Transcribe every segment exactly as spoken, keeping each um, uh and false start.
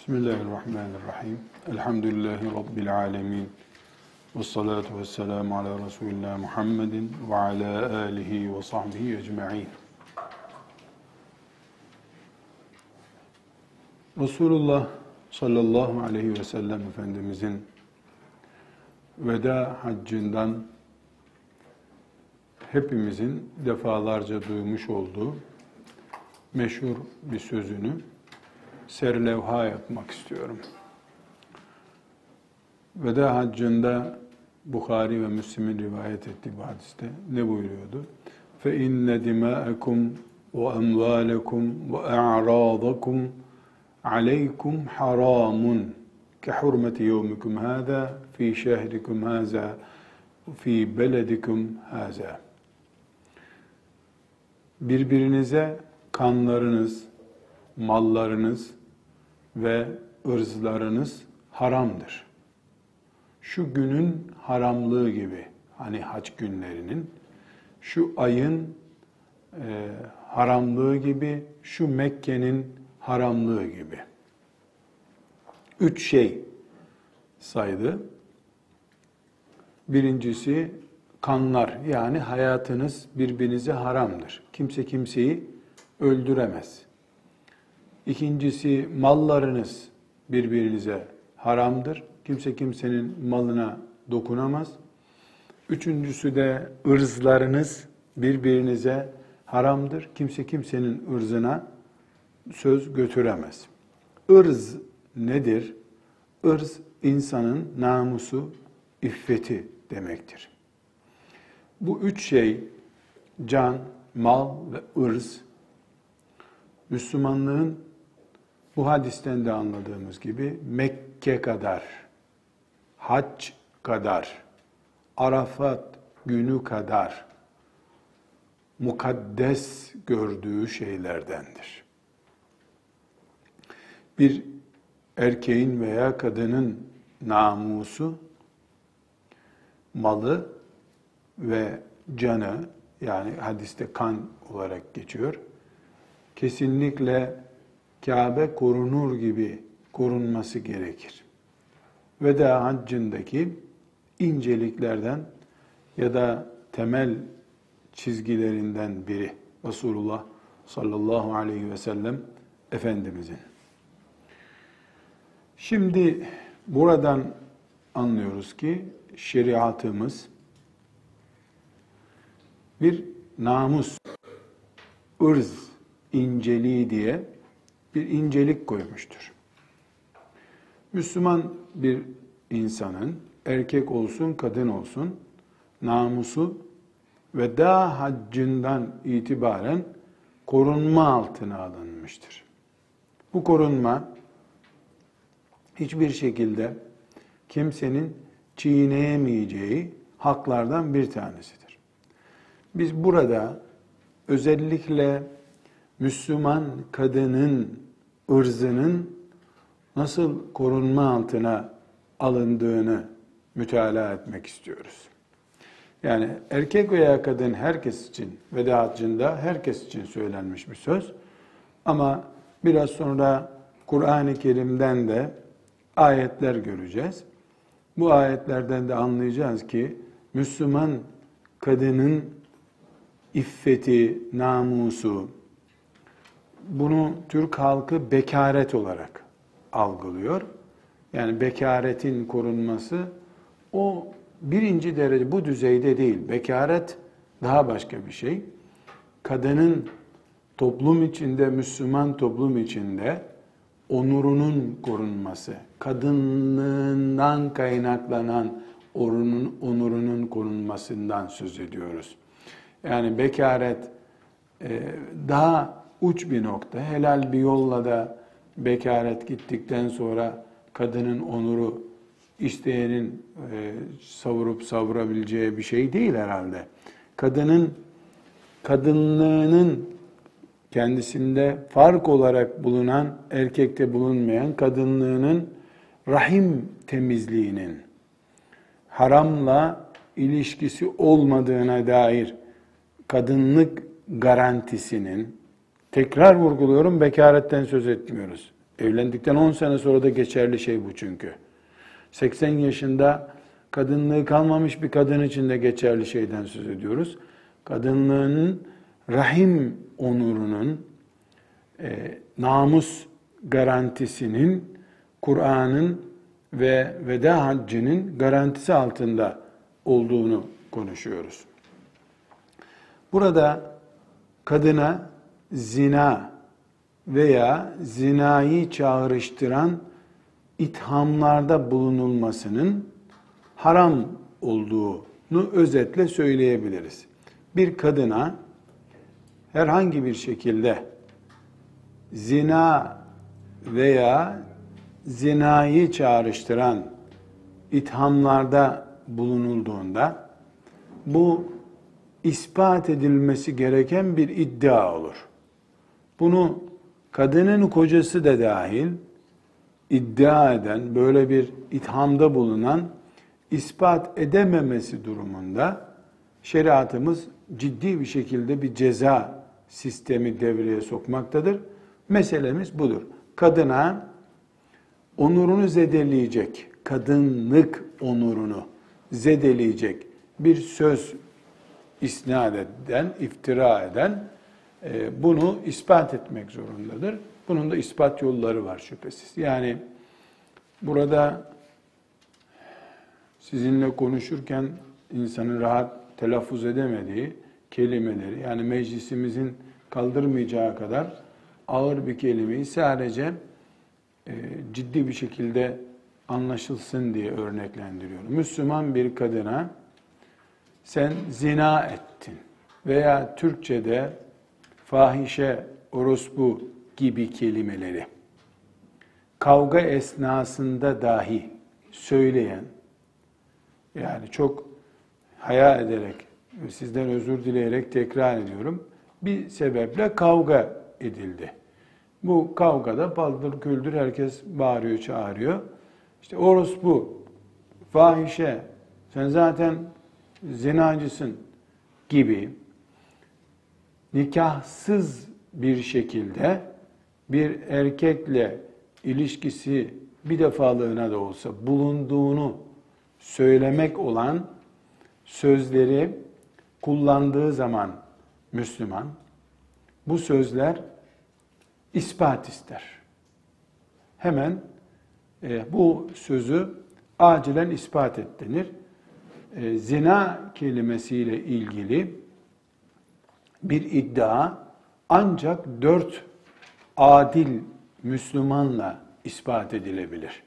Bismillahirrahmanirrahim. Elhamdülillahi Rabbil alemin. Vessalatu vesselamu ala Resulillah Muhammedin ve ala alihi ve sahbihi ecma'in. Resulullah sallallahu aleyhi ve sellem Efendimizin veda haccından hepimizin defalarca duymuş olduğu meşhur bir sözünü serlevha yapmak istiyorum. Veda haccında Bukhari ve Müslim'in rivayet ettiği bu hadiste ne buyuruyordu? فَاِنَّ دِمَاءَكُمْ وَاَمْوَالَكُمْ وَاَعْرَاضَكُمْ عَلَيْكُمْ حَرَامٌ كَحُرْمَةِ يَوْمِكُمْ هَذَا فِي شَهْرِكُمْ هَذَا فِي بَلَدِكُمْ هَذَا. Birbirinize kanlarınız, mallarınız ve ırzlarınız haramdır. Şu günün haramlığı gibi, hani hac günlerinin, şu ayın e, haramlığı gibi, şu Mekke'nin haramlığı gibi. Üç şey saydı. Birincisi kanlar, yani hayatınız birbirinize haramdır. Kimse kimseyi öldüremez. İkincisi mallarınız birbirinize haramdır. Kimse kimsenin malına dokunamaz. Üçüncüsü de ırzlarınız birbirinize haramdır. Kimse kimsenin ırzına söz götüremez. Irz nedir? Irz insanın namusu, iffeti demektir. Bu üç şey, can, mal ve ırz, Müslümanlığın bu hadisten de anladığımız gibi Mekke kadar, hac kadar, Arafat günü kadar mukaddes gördüğü şeylerdendir. Bir erkeğin veya kadının namusu, malı ve canı, yani hadiste kan olarak geçiyor, kesinlikle Kabe korunur gibi korunması gerekir. Veda haccındaki inceliklerden ya da temel çizgilerinden biri Resulullah sallallahu aleyhi ve sellem Efendimizin. Şimdi buradan anlıyoruz ki şeriatımız bir namus, ırz inceliği diye bir incelik koymuştur. Müslüman bir insanın, erkek olsun, kadın olsun, namusu veda haccından itibaren korunma altına alınmıştır. Bu korunma hiçbir şekilde kimsenin çiğneyemeyeceği haklardan bir tanesidir. Biz burada özellikle Müslüman kadının ırzının nasıl korunma altına alındığını mütalaa etmek istiyoruz. Yani erkek veya kadın herkes için, veda haccında herkes için söylenmiş bir söz. Ama biraz sonra Kur'an-ı Kerim'den de ayetler göreceğiz. Bu ayetlerden de anlayacağız ki Müslüman kadının iffeti, namusu, bunu Türk halkı bekaret olarak algılıyor. Yani bekaretin korunması o birinci derece, bu düzeyde değil. Bekaret daha başka bir şey. Kadının toplum içinde, Müslüman toplum içinde onurunun korunması, kadınlığından kaynaklanan onurunun, onurunun korunmasından söz ediyoruz. Yani bekaret daha uç bir nokta. Helal bir yolla da bekaret gittikten sonra kadının onuru isteyenin e, savurup savurabileceği bir şey değil herhalde. Kadının kadınlığının kendisinde fark olarak bulunan, erkekte bulunmayan kadınlığının rahim temizliğinin haramla ilişkisi olmadığına dair kadınlık garantisinin, tekrar vurguluyorum, bekaretten söz etmiyoruz. Evlendikten on sene sonra da geçerli şey bu çünkü. seksen yaşında kadınlığı kalmamış bir kadın için de geçerli şeyden söz ediyoruz. Kadınlığının, rahim onurunun, e, namus garantisinin, Kur'an'ın ve veda haccının garantisi altında olduğunu konuşuyoruz. Burada kadına zina veya zinayı çağrıştıran ithamlarda bulunulmasının haram olduğunu özetle söyleyebiliriz. Bir kadına herhangi bir şekilde zina veya zinayı çağrıştıran ithamlarda bulunulduğunda bu ispat edilmesi gereken bir iddia olur. Bunu kadının kocası da dahil iddia eden, böyle bir ithamda bulunan ispat edememesi durumunda şeriatımız ciddi bir şekilde bir ceza sistemi devreye sokmaktadır. Meselemiz budur. Kadına onurunu zedeleyecek, kadınlık onurunu zedeleyecek bir söz isnat eden, iftira eden bunu ispat etmek zorundadır. Bunun da ispat yolları var şüphesiz. Yani burada sizinle konuşurken insanın rahat telaffuz edemediği kelimeleri, yani meclisimizin kaldırmayacağı kadar ağır bir kelimeyi sadece e, ciddi bir şekilde anlaşılsın diye örneklendiriyorum. Müslüman bir kadına sen zina ettin veya Türkçe'de fahişe, orospu gibi kelimeleri kavga esnasında dahi söyleyen, yani çok haya ederek, sizden özür dileyerek tekrar ediyorum, bir sebeple kavga edildi. Bu kavgada paldır küldür herkes bağırıyor, çağırıyor. İşte orospu, fahişe, sen zaten zinacısın gibi nikahsız bir şekilde bir erkekle ilişkisi bir defalığına da olsa bulunduğunu söylemek olan sözleri kullandığı zaman Müslüman, bu sözler ispat ister. Hemen e, bu sözü acilen ispat et denir. E, zina kelimesiyle ilgili bir iddia ancak dört adil Müslümanla ispat edilebilir.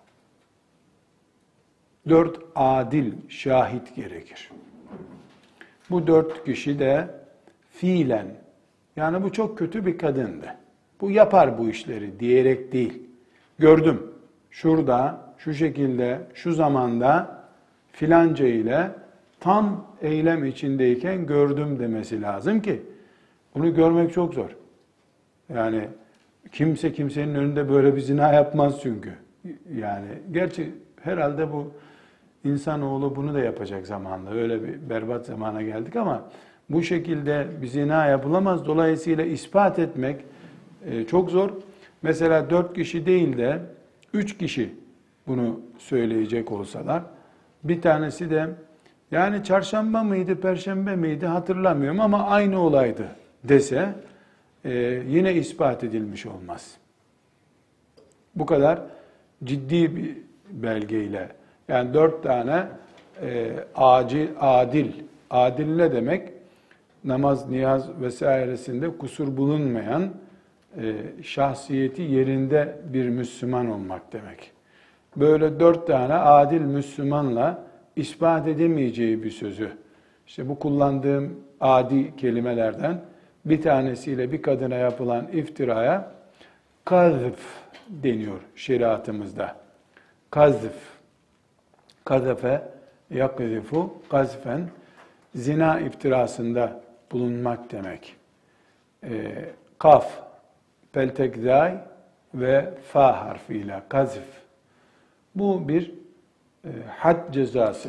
Dört adil şahit gerekir. Bu dört kişi de fiilen, yani bu çok kötü bir kadındı, bu yapar bu işleri diyerek değil, gördüm, şurada, şu şekilde, şu zamanda filanca ile tam eylem içindeyken gördüm demesi lazım ki, bunu görmek çok zor. Yani kimse kimsenin önünde böyle bir zina yapmaz çünkü. Yani gerçi herhalde bu insanoğlu bunu da yapacak zamanla. Öyle bir berbat zamana geldik ama bu şekilde bir zina yapılamaz. Dolayısıyla ispat etmek çok zor. Mesela dört kişi değil de üç kişi bunu söyleyecek olsalar, bir tanesi de yani çarşamba mıydı, perşembe miydi hatırlamıyorum ama aynı olaydı dese e, yine ispat edilmiş olmaz. Bu kadar ciddi bir belgeyle, yani dört tane e, acil, adil, adil ne demek? Namaz, niyaz vesairesinde kusur bulunmayan, e, şahsiyeti yerinde bir Müslüman olmak demek. Böyle dört tane adil Müslümanla ispat edemeyeceği bir sözü, işte bu kullandığım adi kelimelerden bir tanesiyle bir kadına yapılan iftiraya kazf deniyor şeriatımızda. Kazf, kazafe, yakzifu, kazfen, zina iftirasında bulunmak demek. E, kaf, peltekzay ve fa harfiyle kazf. Bu bir e, had cezası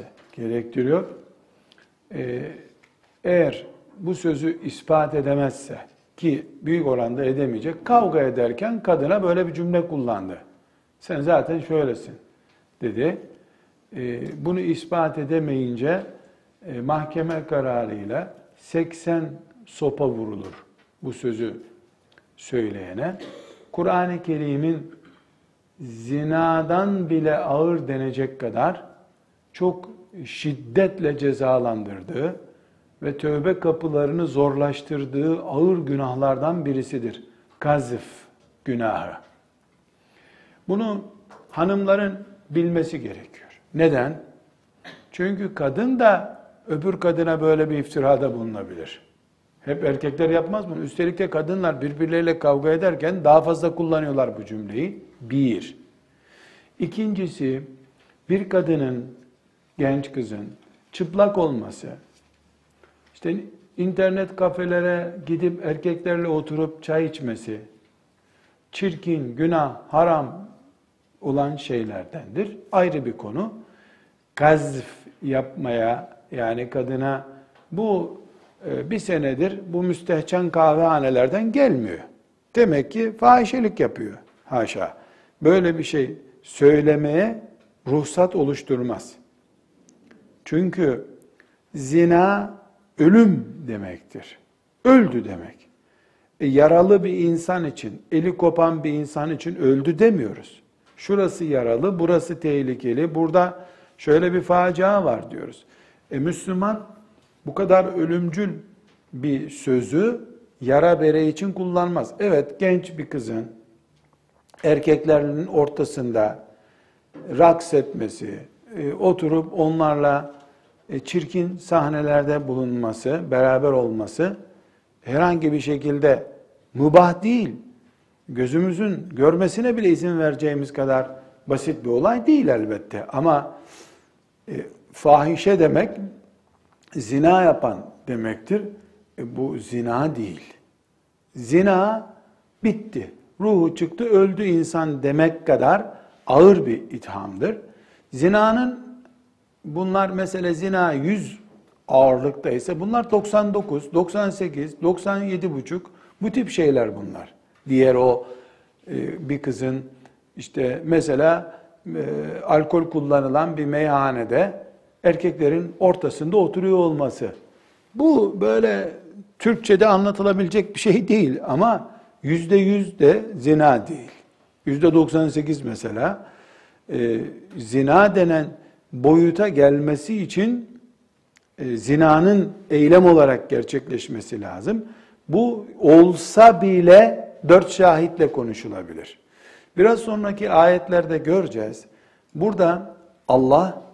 gerektiriyor. E, eğer bu sözü ispat edemezse ki büyük oranda edemeyecek. Kavga ederken kadına böyle bir cümle kullandı. Sen zaten şöylesin dedi. E, bunu ispat edemeyince e, mahkeme kararıyla seksen sopa vurulur bu sözü söyleyene. Kur'an-ı Kerim'in zinadan bile ağır denecek kadar çok şiddetle cezalandırdığı ve tövbe kapılarını zorlaştırdığı ağır günahlardan birisidir. Gazf günahı. Bunu hanımların bilmesi gerekiyor. Neden? Çünkü kadın da öbür kadına böyle bir iftirada bulunabilir. Hep erkekler yapmaz bunu. Üstelik de kadınlar birbirleriyle kavga ederken daha fazla kullanıyorlar bu cümleyi. Bir. İkincisi, bir kadının, genç kızın çıplak olması, işte internet kafelere gidip erkeklerle oturup çay içmesi, çirkin, günah, haram olan şeylerdendir. Ayrı bir konu. Gazf yapmaya, yani kadına bu e, bir senedir bu müstehcen kahvehanelerden gelmiyor. Demek ki fahişelik yapıyor. Haşa. Böyle bir şey söylemeye ruhsat oluşturmaz. Çünkü zina ölüm demektir. Öldü demek. E, yaralı bir insan için, eli kopan bir insan için öldü demiyoruz. Şurası yaralı, burası tehlikeli, burada şöyle bir facia var diyoruz. E, Müslüman bu kadar ölümcül bir sözü yara bere için kullanmaz. Evet, genç bir kızın erkeklerin ortasında raks etmesi, e, oturup onlarla e, çirkin sahnelerde bulunması, beraber olması herhangi bir şekilde mübah değil. Gözümüzün görmesine bile izin vereceğimiz kadar basit bir olay değil elbette. Ama e, fahişe demek zina yapan demektir. E, bu zina değil. Zina bitti. Ruhu çıktı, öldü insan demek kadar ağır bir ithamdır. Zinanın, bunlar mesela zina yüz ağırlıktaysa bunlar doksan dokuz, doksan sekiz, doksan yedi buçuk bu tip şeyler bunlar. Diğer o e, bir kızın işte mesela e, alkol kullanılan bir meyhanede erkeklerin ortasında oturuyor olması. Bu böyle Türkçe'de anlatılabilecek bir şey değil ama yüzde yüz de zina değil. Yüzde doksan sekiz mesela e, zina denen boyuta gelmesi için e, zinanın eylem olarak gerçekleşmesi lazım. Bu olsa bile dört şahitle konuşulabilir. Biraz sonraki ayetlerde göreceğiz. Burada Allah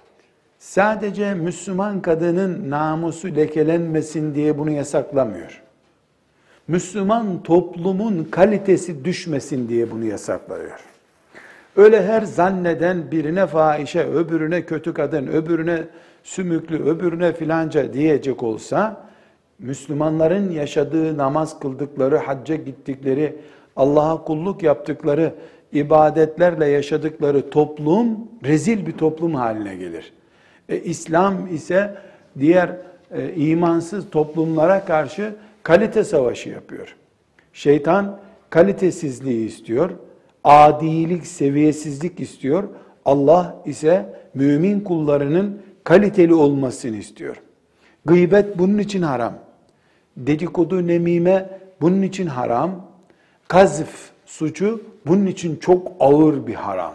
sadece Müslüman kadının namusu lekelenmesin diye bunu yasaklamıyor. Müslüman toplumun kalitesi düşmesin diye bunu yasaklıyor. Öyle her zanneden birine fahişe, öbürüne kötü kadın, öbürüne sümüklü, öbürüne filanca diyecek olsa, Müslümanların yaşadığı, namaz kıldıkları, hacca gittikleri, Allah'a kulluk yaptıkları, ibadetlerle yaşadıkları toplum rezil bir toplum haline gelir. E, İslam ise diğer e, imansız toplumlara karşı kalite savaşı yapıyor. Şeytan kalitesizliği istiyor, adilik, seviyesizlik istiyor. Allah ise mümin kullarının kaliteli olmasını istiyor. Gıybet bunun için haram. Dedikodu, nemime bunun için haram. Gazf suçu bunun için çok ağır bir haram.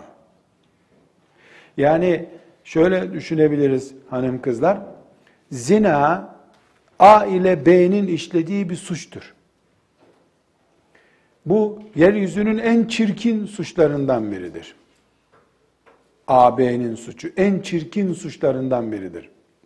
Yani şöyle düşünebiliriz hanım kızlar. Zina A ile B'nin işlediği bir suçtur. Bu yeryüzünün en çirkin suçlarından biridir. A, B'nin suçu en çirkin suçlarından biridir.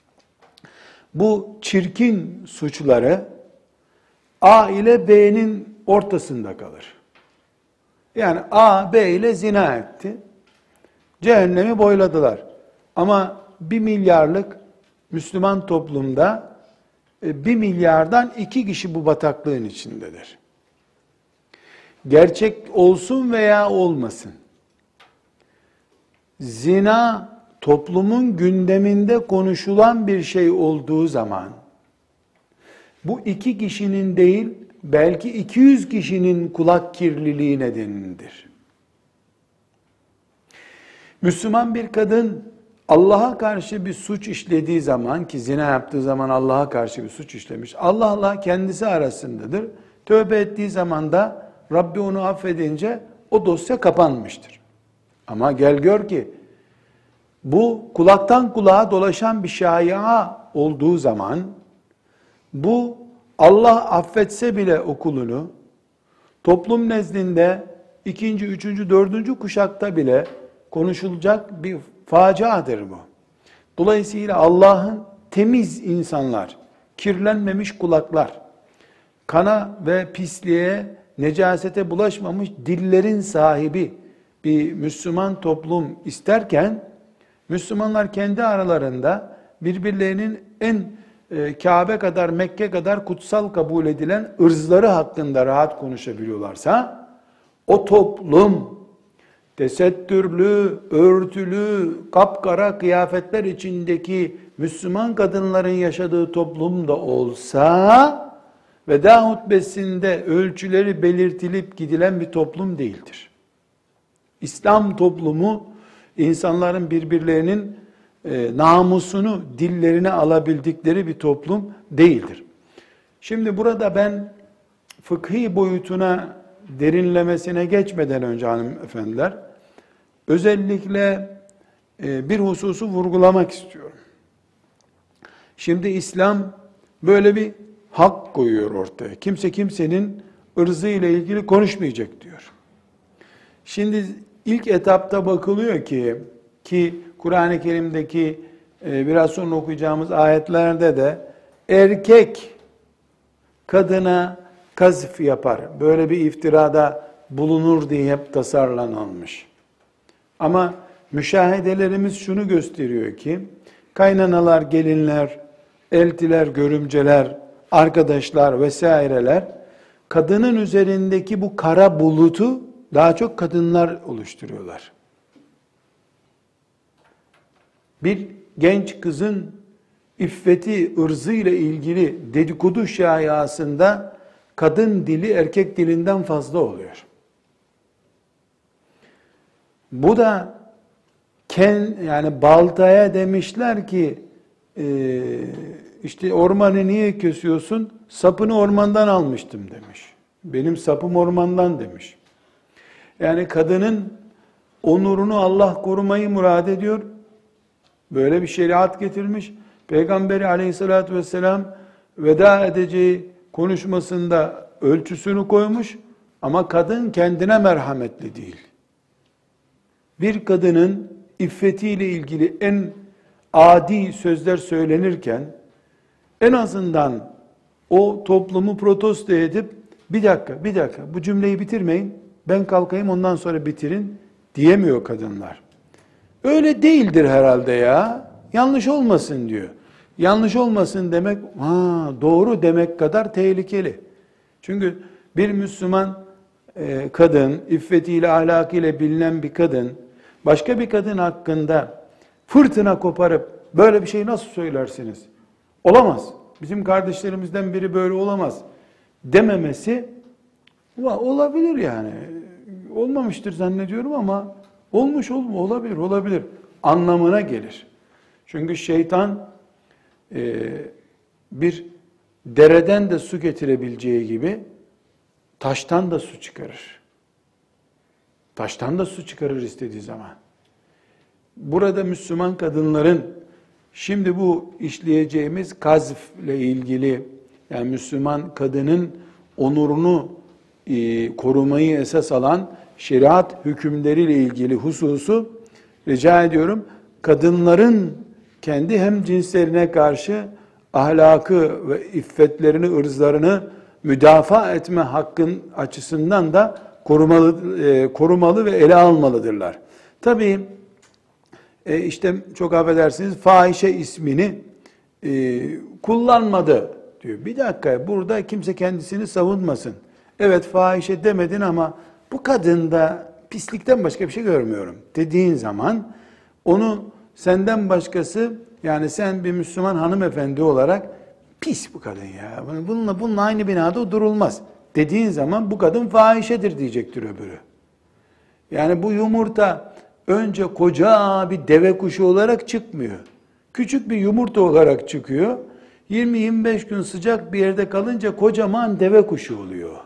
Bu çirkin suçları A ile B'nin ortasında kalır. Yani A, B ile zina etti. Cehennemi boyladılar. Ama bir milyarlık Müslüman toplumda bir milyardan iki kişi bu bataklığın içindedir. Gerçek olsun veya olmasın, zina toplumun gündeminde konuşulan bir şey olduğu zaman, bu iki kişinin değil, belki iki yüz kişinin kulak kirliliği nedenidir. Müslüman bir kadın Allah'a karşı bir suç işlediği zaman, ki zina yaptığı zaman Allah'a karşı bir suç işlemiş, Allah'la kendisi arasındadır. Tövbe ettiği zaman da Rabbi onu affedince o dosya kapanmıştır. Ama gel gör ki bu kulaktan kulağa dolaşan bir şaya olduğu zaman, bu Allah affetse bile o kulunu, toplum nezdinde ikinci, üçüncü, dördüncü kuşakta bile konuşulacak bir faciadır bu. Dolayısıyla Allah'ın temiz insanlar, kirlenmemiş kulaklar, kana ve pisliğe, necasete bulaşmamış dillerin sahibi bir Müslüman toplum isterken, Müslümanlar kendi aralarında birbirlerinin en e, Kabe kadar, Mekke kadar kutsal kabul edilen ırzları hakkında rahat konuşabiliyorlarsa, o toplum tesettürlü, örtülü, kapkara kıyafetler içindeki Müslüman kadınların yaşadığı toplumda olsa, veda hutbesinde ölçüleri belirtilip gidilen bir toplum değildir. İslam toplumu, insanların birbirlerinin e, namusunu dillerine alabildikleri bir toplum değildir. Şimdi burada ben fıkhi boyutuna, derinlemesine geçmeden önce hanımefendiler, özellikle e, bir hususu vurgulamak istiyorum. Şimdi İslam böyle bir hak koyuyor ortaya. Kimse kimsenin ırzı ile ilgili konuşmayacak diyor. Şimdi ilk etapta bakılıyor ki, ki Kur'an-ı Kerim'deki e, biraz sonra okuyacağımız ayetlerde de erkek kadına kazf yapar, böyle bir iftirada bulunur diye hep tasarlanılmış. Ama müşahedelerimiz şunu gösteriyor ki, kaynanalar, gelinler, eltiler, görümceler, arkadaşlar vesaireler, kadının üzerindeki bu kara bulutu daha çok kadınlar oluşturuyorlar. Bir genç kızın iffeti, ırzı ile ilgili dedikodu şayasında kadın dili erkek dilinden fazla oluyor. Bu da ken, yani baltaya demişler ki e, işte ormanı niye kesiyorsun? Sapını ormandan almıştım demiş. Benim sapım ormandan demiş. Yani kadının onurunu Allah korumayı murad ediyor. Böyle bir şeriat getirmiş. Peygamberi aleyhissalatü vesselam veda edeceği konuşmasında ölçüsünü koymuş. Ama kadın kendine merhametli değil. Bir kadının iffetiyle ilgili en adi sözler söylenirken, en azından o toplumu protesto edip, bir dakika, bir dakika, bu cümleyi bitirmeyin, ben kalkayım ondan sonra bitirin diyemiyor kadınlar. Öyle değildir herhalde ya, yanlış olmasın diyor. Yanlış olmasın demek, ha, doğru demek kadar tehlikeli. Çünkü bir Müslüman e, kadın, iffetiyle, ahlakıyla bilinen bir kadın, başka bir kadın hakkında fırtına koparıp, böyle bir şey nasıl söylersiniz? Olamaz. Bizim kardeşlerimizden biri böyle olamaz dememesi, olabilir yani. Olmamıştır zannediyorum ama olmuş olma, olabilir, olabilir anlamına gelir. Çünkü şeytan e, bir dereden de su getirebileceği gibi taştan da su çıkarır. Taştan da su çıkarır istediği zaman. Burada Müslüman kadınların şimdi bu işleyeceğimiz kazfle ilgili, yani Müslüman kadının onurunu e, korumayı esas alan şeriat hükümleriyle ilgili hususu rica ediyorum. Kadınların kendi hem cinslerine karşı ahlakı ve iffetlerini, ırzlarını müdafaa etme hakkın açısından da korumalı, e, korumalı ve ele almalıdırlar. Tabii e, işte çok affedersiniz fahişe ismini e, kullanmadı diyor. Bir dakika, burada kimse kendisini savunmasın. Evet fahişe demedin ama bu kadında pislikten başka bir şey görmüyorum dediğin zaman onu senden başkası, yani sen bir Müslüman hanımefendi olarak pis bu kadın ya, bununla, bununla aynı binada durulmaz dediğin zaman bu kadın fahişedir diyecektir öbürü. Yani bu yumurta önce koca bir deve kuşu olarak çıkmıyor. Küçük bir yumurta olarak çıkıyor. yirmi yirmi beş gün sıcak bir yerde kalınca kocaman deve kuşu oluyor.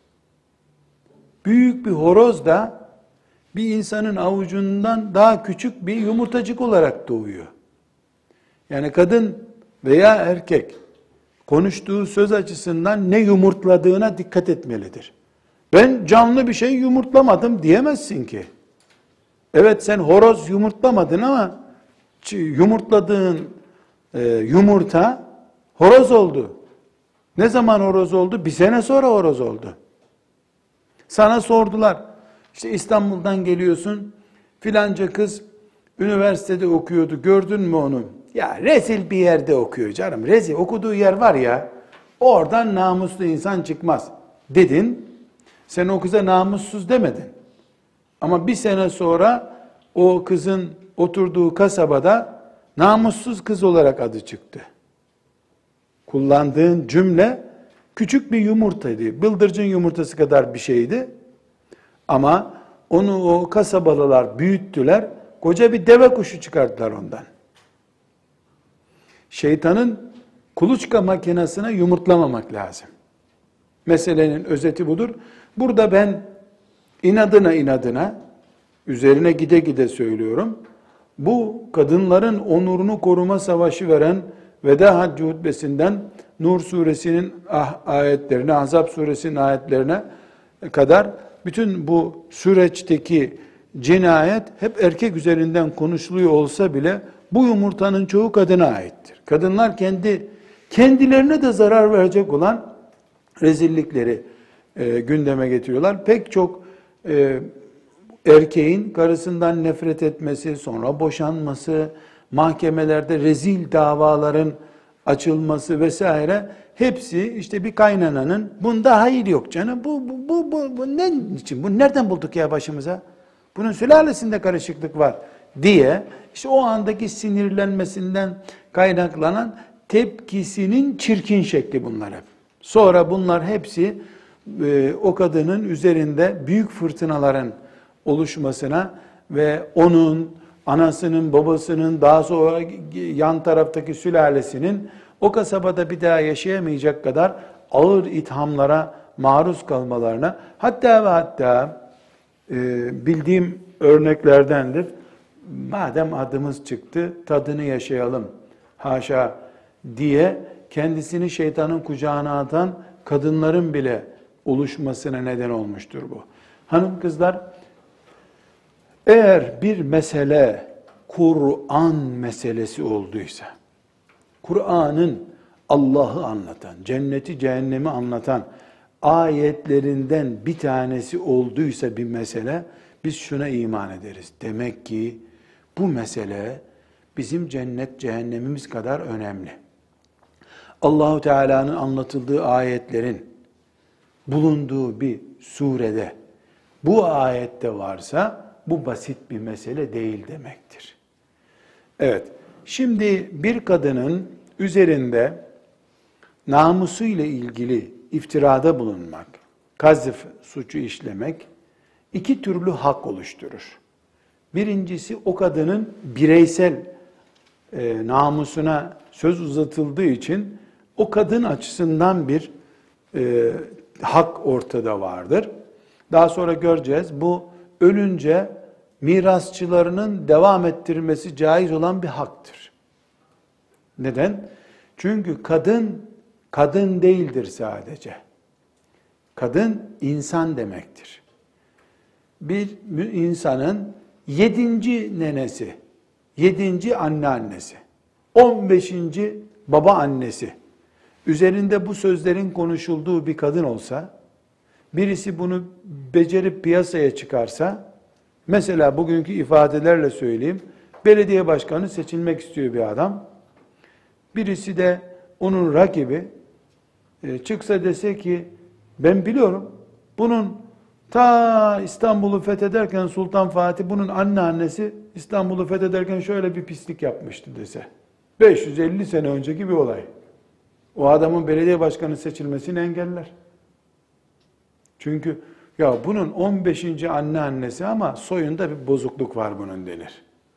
Büyük bir horoz da bir insanın avucundan daha küçük bir yumurtacık olarak doğuyor. Yani kadın veya erkek konuştuğu söz açısından ne yumurtladığına dikkat etmelidir. Ben canlı bir şey yumurtlamadım diyemezsin ki. Evet, sen horoz yumurtlamadın ama yumurtladığın e, yumurta horoz oldu. Ne zaman horoz oldu? Bir sene sonra horoz oldu. Sana sordular. İşte İstanbul'dan geliyorsun. Filanca kız üniversitede okuyordu. Gördün mü onu? Ya rezil bir yerde okuyor canım. Rezil okuduğu yer var ya. Oradan namuslu insan çıkmaz dedin. Sen o kıza namussuz demedin. Ama bir sene sonra o kızın oturduğu kasabada namussuz kız olarak adı çıktı. Kullandığın cümle küçük bir yumurtaydı. Bıldırcın yumurtası kadar bir şeydi. Ama onu o kasabalılar büyüttüler. Koca bir deve kuşu çıkarttılar ondan. Şeytanın kuluçka makinesine yumurtlamamak lazım. Meselenin özeti budur. Burada ben inadına inadına üzerine gide gide söylüyorum. Bu kadınların onurunu koruma savaşı veren Veda Haccı hutbesinden Nur suresinin ayetlerine, Ahzab suresinin ayetlerine kadar bütün bu süreçteki cinayet hep erkek üzerinden konuşuluyor olsa bile bu yumurtanın çoğu kadına aittir. Kadınlar kendi kendilerine de zarar verecek olan rezillikleri e, gündeme getiriyorlar. Pek çok e, erkeğin karısından nefret etmesi, sonra boşanması, mahkemelerde rezil davaların açılması vesaire, hepsi işte bir kaynananın bunda hayır yok canım. Bu bu bu bu, bu ne için? Bu nereden bulduk ya başımıza? Bunun sülalesinde karışıklık var diye işte o andaki sinirlenmesinden kaynaklanan tepkisinin çirkin şekli bunlar hep. Sonra bunlar hepsi e, o kadının üzerinde büyük fırtınaların oluşmasına ve onun, anasının, babasının, daha sonra yan taraftaki sülalesinin o kasabada bir daha yaşayamayacak kadar ağır ithamlara maruz kalmalarına, hatta ve hatta e, bildiğim örneklerdendir. Madem adımız çıktı, tadını yaşayalım, haşa diye kendisini şeytanın kucağına atan kadınların bile oluşmasına neden olmuştur bu. Hanım kızlar, eğer bir mesele Kur'an meselesi olduysa, Kur'an'ın Allah'ı anlatan, cenneti cehennemi anlatan ayetlerinden bir tanesi olduysa bir mesele, biz şuna iman ederiz. Demek ki bu mesele bizim cennet cehennemimiz kadar önemli. Allahu Teala'nın anlatıldığı ayetlerin bulunduğu bir surede bu ayette varsa bu basit bir mesele değil demektir. Evet, şimdi bir kadının üzerinde namusuyla ilgili iftirada bulunmak, kazf suçu işlemek iki türlü hak oluşturur. Birincisi, o kadının bireysel e, namusuna söz uzatıldığı için o kadın açısından bir e, hak ortada vardır. Daha sonra göreceğiz, bu ölünce mirasçılarının devam ettirmesi caiz olan bir haktır. Neden? Çünkü kadın, kadın değildir sadece. Kadın insan demektir. Bir insanın yedinci nenesi, yedinci anneannesi, on beşinci baba annesi üzerinde bu sözlerin konuşulduğu bir kadın olsa, birisi bunu becerip piyasaya çıkarsa, mesela bugünkü ifadelerle söyleyeyim, belediye başkanı seçilmek istiyor bir adam, birisi de onun rakibi e, çıksa dese ki, ben biliyorum, bunun ta İstanbul'u fethederken Sultan Fatih, bunun anneannesi İstanbul'u fethederken şöyle bir pislik yapmıştı dese, beş yüz elli sene önceki bir olay. O adamın belediye başkanı seçilmesini engeller. Çünkü ya bunun on beşinci anneannesi ama soyunda bir bozukluk var bunun denir.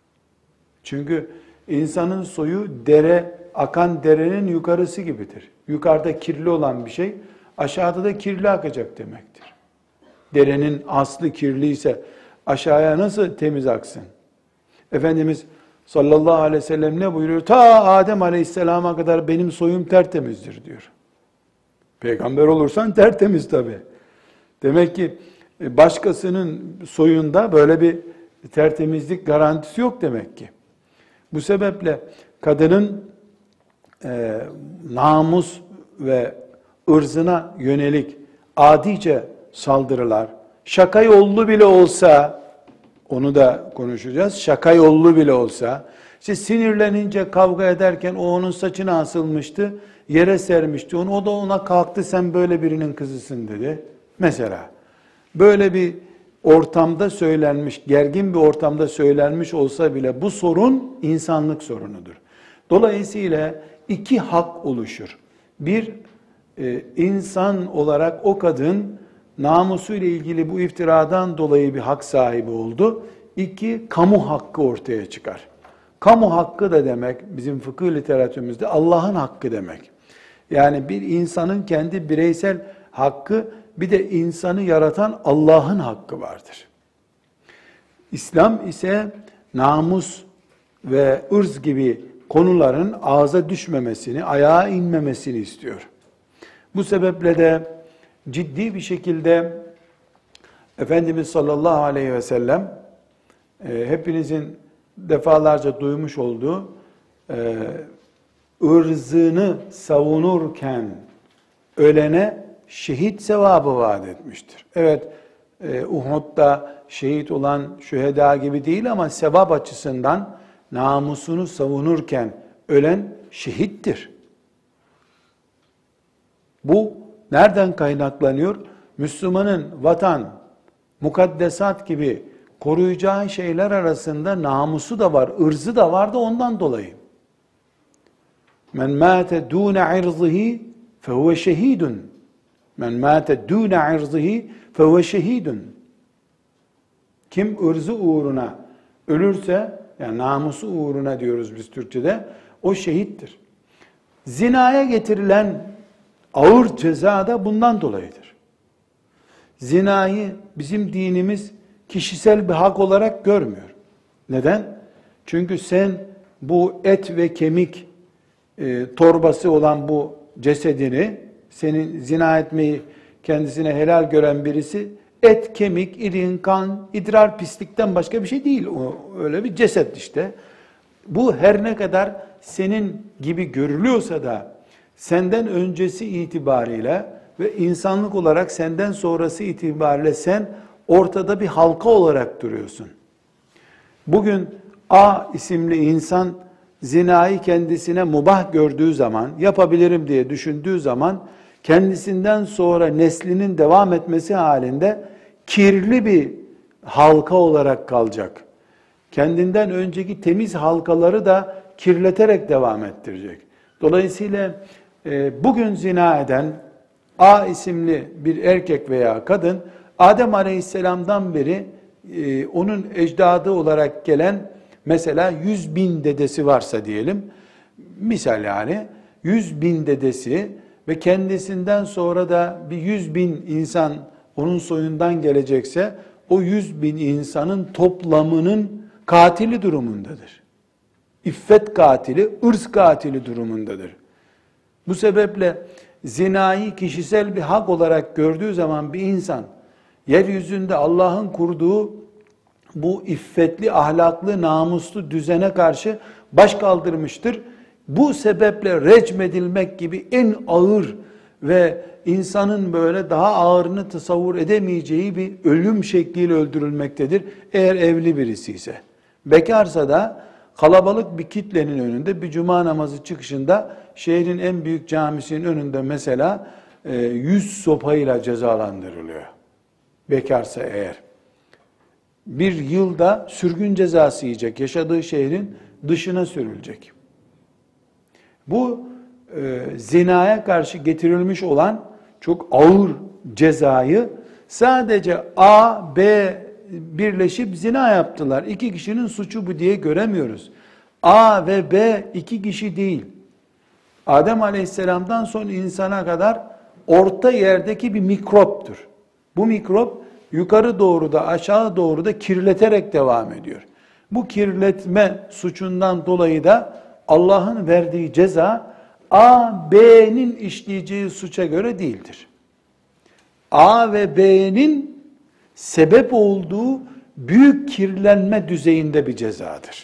Çünkü insanın soyu dere, akan derenin yukarısı gibidir. Yukarıda kirli olan bir şey aşağıda da kirli akacak demektir. Derenin aslı kirliyse aşağıya nasıl temiz aksın? Efendimiz sallallahu aleyhi ve sellem ne buyuruyor? Ta Adem aleyhisselama kadar benim soyum tertemizdir diyor. Peygamber olursan tertemiz tabii. Demek ki başkasının soyunda böyle bir tertemizlik garantisi yok demek ki. Bu sebeple kadının e, namus ve ırzına yönelik adice saldırılar, şaka yollu bile olsa, onu da konuşacağız, şaka yollu bile olsa, işte sinirlenince kavga ederken o onun saçına asılmıştı, yere sermişti onu, o da ona kalktı, sen böyle birinin kızısın dedi. Mesela böyle bir ortamda söylenmiş, gergin bir ortamda söylenmiş olsa bile bu sorun insanlık sorunudur. Dolayısıyla iki hak oluşur. Bir, e, insan olarak o kadın namusuyla ilgili bu iftiradan dolayı bir hak sahibi oldu. İki, kamu hakkı ortaya çıkar. Kamu hakkı da demek bizim fıkıh literatürümüzde Allah'ın hakkı demek. Yani bir insanın kendi bireysel hakkı, bir de insanı yaratan Allah'ın hakkı vardır. İslam ise namus ve ırz gibi konuların ağza düşmemesini, ayağa inmemesini istiyor. Bu sebeple de ciddi bir şekilde Efendimiz sallallahu aleyhi ve sellem e, hepinizin defalarca duymuş olduğu e, ırzını savunurken ölene şehit sevabı vaat etmiştir. Evet, e, Uhud'da şehit olan şüheda gibi değil ama sevap açısından namusunu savunurken ölen şehittir. Bu nereden kaynaklanıyor? Müslümanın vatan, mukaddesat gibi koruyacağı şeyler arasında namusu da var, ırzı da var da ondan dolayı. Men mâte dûne irzihi fehuve şehidun. Men mâte dûne irzihi fehuve şehidun. Kim ırzı uğruna ölürse, yani namusu uğruna diyoruz biz Türkçe'de, o şehittir. Zinaya getirilen ağır ceza da bundan dolayıdır. Zinayı bizim dinimiz kişisel bir hak olarak görmüyor. Neden? Çünkü sen bu et ve kemik e, torbası olan bu cesedini, senin zina etmeyi kendisine helal gören birisi, et, kemik, irin, kan, idrar, pislikten başka bir şey değil. O öyle bir ceset işte. Bu her ne kadar senin gibi görülüyorsa da senden öncesi itibariyle ve insanlık olarak senden sonrası itibariyle sen ortada bir halka olarak duruyorsun. Bugün A isimli insan zinayı kendisine mubah gördüğü zaman, yapabilirim diye düşündüğü zaman, kendisinden sonra neslinin devam etmesi halinde kirli bir halka olarak kalacak. Kendinden önceki temiz halkaları da kirleterek devam ettirecek. Dolayısıyla e, bugün zina eden A isimli bir erkek veya kadın, Adem Aleyhisselam'dan beri e, onun ecdadı olarak gelen mesela yüz bin dedesi varsa diyelim, misal yani yüz bin dedesi ve kendisinden sonra da bir yüz bin insan onun soyundan gelecekse, o yüz bin insanın toplamının katili durumundadır. İffet katili, ırz katili durumundadır. Bu sebeple zinayı kişisel bir hak olarak gördüğü zaman bir insan, yeryüzünde Allah'ın kurduğu bu iffetli, ahlaklı, namuslu düzene karşı baş kaldırmıştır. Bu sebeple recmedilmek gibi en ağır ve insanın böyle daha ağırını tasavvur edemeyeceği bir ölüm şekliyle öldürülmektedir. Eğer evli birisi ise. Bekarsa da kalabalık bir kitlenin önünde bir cuma namazı çıkışında şehrin en büyük camisinin önünde mesela yüz sopayla cezalandırılıyor. Bekarsa eğer. Bir yılda sürgün cezası yiyecek. Yaşadığı şehrin dışına sürülecek. Bu e, zinaya karşı getirilmiş olan çok ağır cezayı Sadece A, B birleşip zina yaptılar. İki kişinin suçu bu diye göremiyoruz. A ve B iki kişi değil. Adem Aleyhisselam'dan son insana kadar orta yerdeki bir mikroptur. Bu mikrop yukarı doğru da aşağı doğru da kirleterek devam ediyor. Bu kirletme suçundan dolayı da Allah'ın verdiği ceza A, B'nin işleyeceği suça göre değildir. A ve B'nin sebep olduğu büyük kirlenme düzeyinde bir cezadır.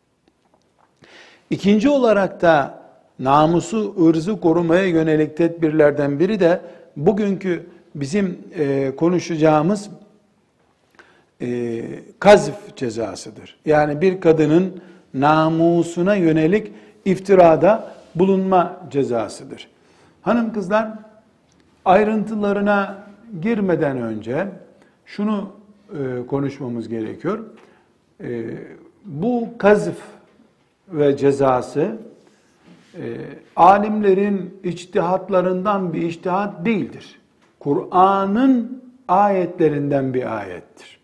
İkinci olarak da namusu, ırzı korumaya yönelik tedbirlerden biri de bugünkü bizim e, konuşacağımız e, kazf cezasıdır. Yani bir kadının namusuna yönelik iftirada bulunma cezasıdır. Hanım kızlar, ayrıntılarına girmeden önce şunu e, konuşmamız gerekiyor. E, bu kazf ve cezası e, alimlerin içtihatlarından bir içtihat değildir. Kur'an'ın ayetlerinden bir ayettir.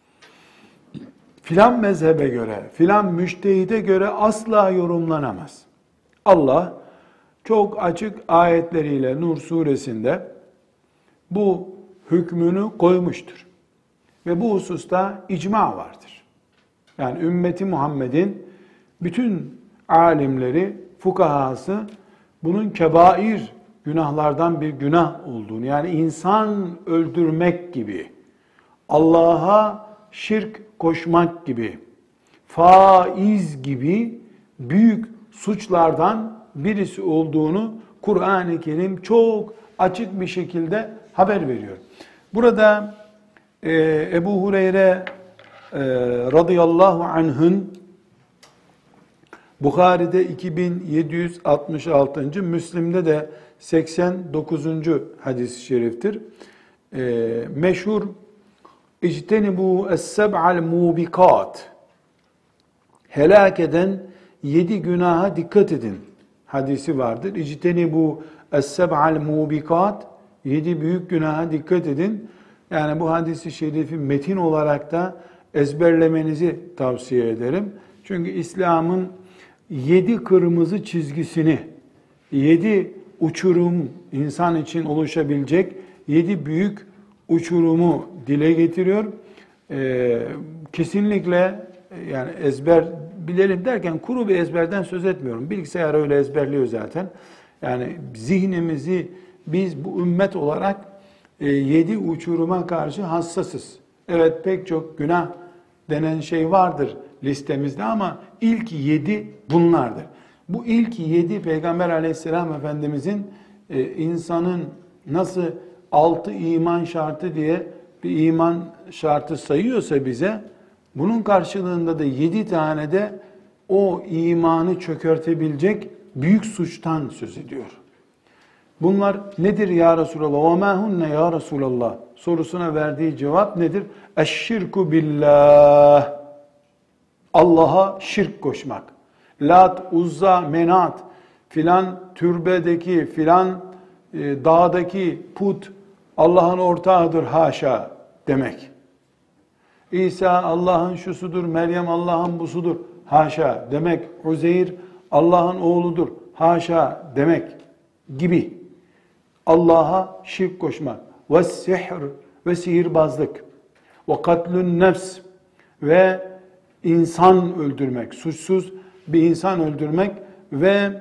Filan mezhebe göre, filan müştehide göre asla yorumlanamaz. Allah çok açık ayetleriyle Nur suresinde bu hükmünü koymuştur. Ve bu hususta icma vardır. Yani ümmeti Muhammed'in bütün alimleri, fukahası bunun kebair günahlardan bir günah olduğunu, yani insan öldürmek gibi, Allah'a şirk koşmak gibi, faiz gibi büyük suçlardan birisi olduğunu Kur'an-ı Kerim çok açık bir şekilde haber veriyor. Burada e, Ebu Hureyre e, radıyallahu anh'ın Bukhari'de iki bin yedi yüz altmış altıncı. Müslim'de de seksen dokuzuncu hadis-i şeriftir. E, meşhur İctenibu es-seb'al mubikat, helak eden yedi günaha dikkat edin hadisi vardır. İctenibu es-seb'al mubikat, yedi büyük günaha dikkat edin. Yani bu hadisi şerifi metin olarak da ezberlemenizi tavsiye ederim. Çünkü İslam'ın yedi kırmızı çizgisini, yedi uçurum, insan için oluşabilecek yedi büyük uçurumu dile getiriyor. Ee, kesinlikle yani ezber bilelim derken kuru bir ezberden söz etmiyorum. Bilgisayar öyle ezberliyor zaten. Yani zihnimizi biz bu ümmet olarak e, yedi uçuruma karşı hassasız. Evet, pek çok günah denen şey vardır listemizde ama ilk yedi bunlardır. Bu ilk yedi Peygamber Aleyhisselam Efendimizin e, insanın nasıl altı iman şartı diye bir iman şartı sayıyorsa bize, bunun karşılığında da yedi tane de o imanı çökertebilecek büyük suçtan söz ediyor. Bunlar nedir ya Resulallah? وَمَا هُنَّ ya Resulallah sorusuna verdiği cevap nedir? اَشْشِرْكُ billah, Allah'a şirk koşmak. Lat, Uzza, Menat, filan türbedeki, filan e, dağdaki put Allah'ın ortağıdır haşa demek. İsa Allah'ın şusudur, Meryem Allah'ın busudur haşa demek. Uzeyr Allah'ın oğludur haşa demek gibi. Allah'a şirk koşmak. Ve sihr, ve sihirbazlık. Ve katlün nefs, ve insan öldürmek, suçsuz bir insan öldürmek ve